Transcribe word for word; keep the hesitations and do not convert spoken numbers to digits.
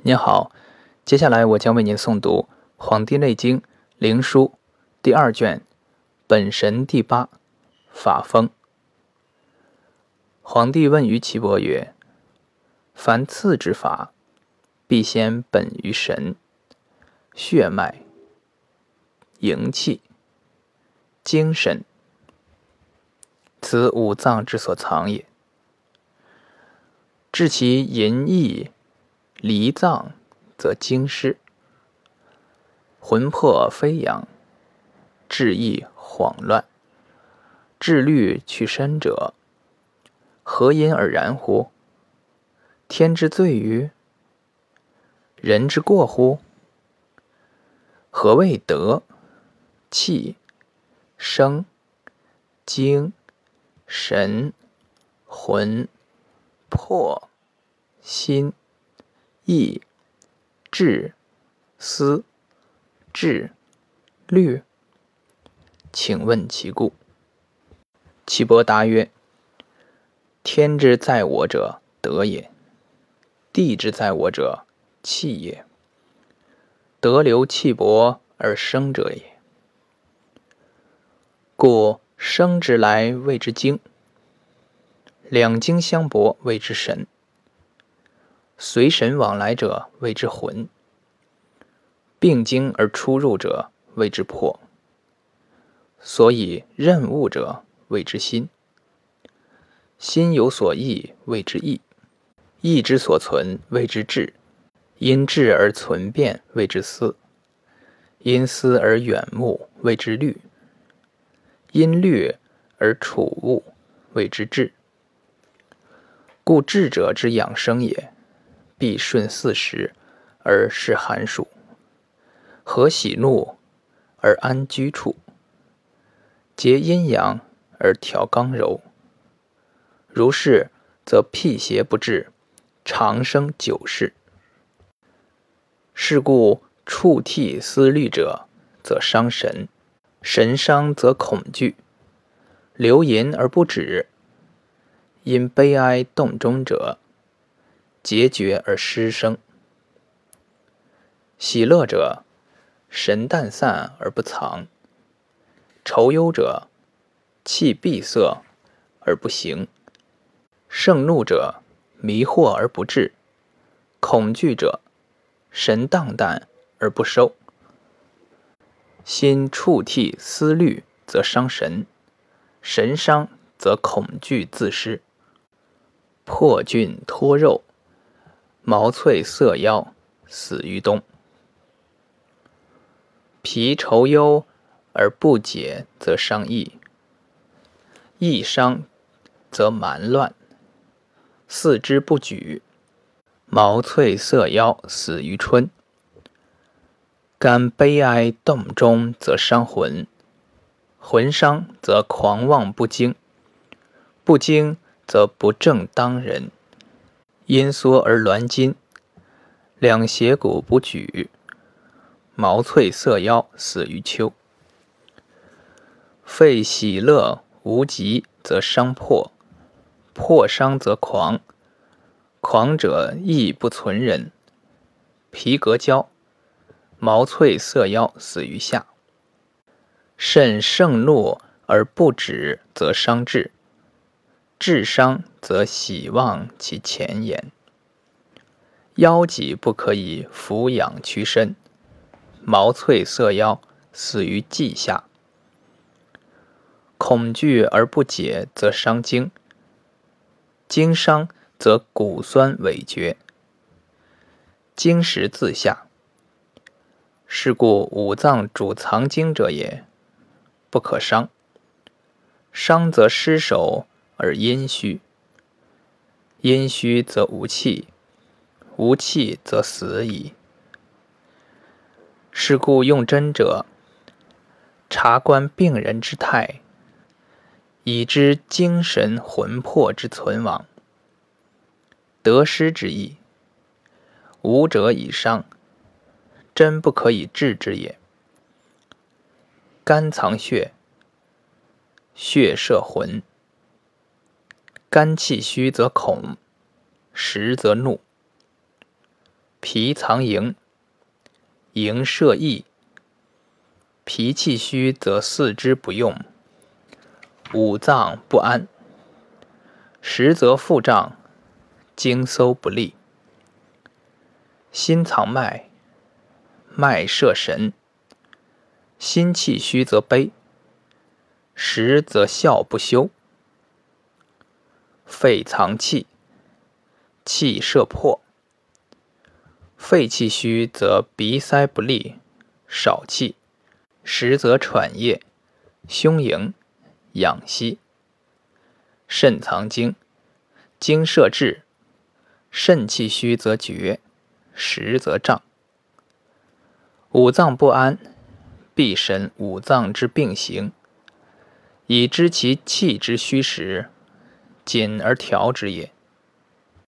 您好，接下来我将为您诵读《黄帝内经·灵枢》第二卷本神第八法风。黄帝问于岐伯曰：凡次之法，必先本于神，血脉、营气、精神，此五脏之所藏也。治其淫逸离脏，则精失，魂魄飞扬，志意恍乱，志虑去身者，何因而然乎？天之罪于？人之过乎？何谓德、气、声、精、神、魂、魄、心、意、志、思、志、虑？请问其故。岐伯答曰：天之在我者，德也；地之在我者，气也。德流气薄而生者也。故生之来谓之精，两精相搏谓之神，随神往来者谓之魂，并经而出入者谓之魄，所以任物者谓之心，心有所忆谓之意，意之所存谓之志，因志而存变谓之思，因思而远目谓之虑，因虑而处物谓之志。故智者之养生也，必顺四时而适寒暑，和喜怒而安居处，结阴阳而调刚柔。如是，则辟邪不至，长生久视。是故触涕思虑者，则伤神；神伤则恐惧，流淫而不止。因悲哀动中者，结绝而失声；喜乐者，神淡散而不藏；愁忧者，气闭塞而不行；盛怒者，迷惑而不至；恐惧者，神荡淡而不收。心触涕思虑，则伤神；神伤，则恐惧自失。破菌脱肉，毛脆涩腰，死于冬。脾愁忧而不解，则伤意；意伤，则蛮乱，四肢不举，毛脆涩腰，死于春。肝悲哀动中，则伤魂；魂伤，则狂妄不惊；不惊，则不正当人，阴缩而挛筋，两胁骨不举，毛脆涩腰，死于秋。肺喜乐无极，则伤魄；魄伤则狂，狂者意不存人，皮革焦，毛脆涩腰，死于夏。肾盛怒而不止，则伤志；志伤，则喜忘其前言。腰脊不可以俯仰屈伸，毛脆涩腰，死于季夏。恐惧而不解，则伤精；精伤，则骨酸萎绝，精实自下。是故五脏主藏精者也，不可伤。伤则失守而阴虚，阴虚则无气，无气则死矣。是故用针者，察观病人之态，以知精神魂魄之存亡，得失之意。无者以伤，针不可以治之也。肝藏血，血摄魂，肝气虚则恐，实则怒。脾脾藏营，营摄益。脾气虚则四肢不用，五脏不安，实则腹胀，经搜不利。心藏脉，脉摄神。心气虚则悲，实则笑不休。肺藏气，气摄魄。肺气虚则鼻塞不利，少气，实则喘液，胸盈，养息。肾藏精，精摄志。肾气虚则厥，实则胀。五脏不安，必审五脏之病形，以知其气之虚实，谨而调之也。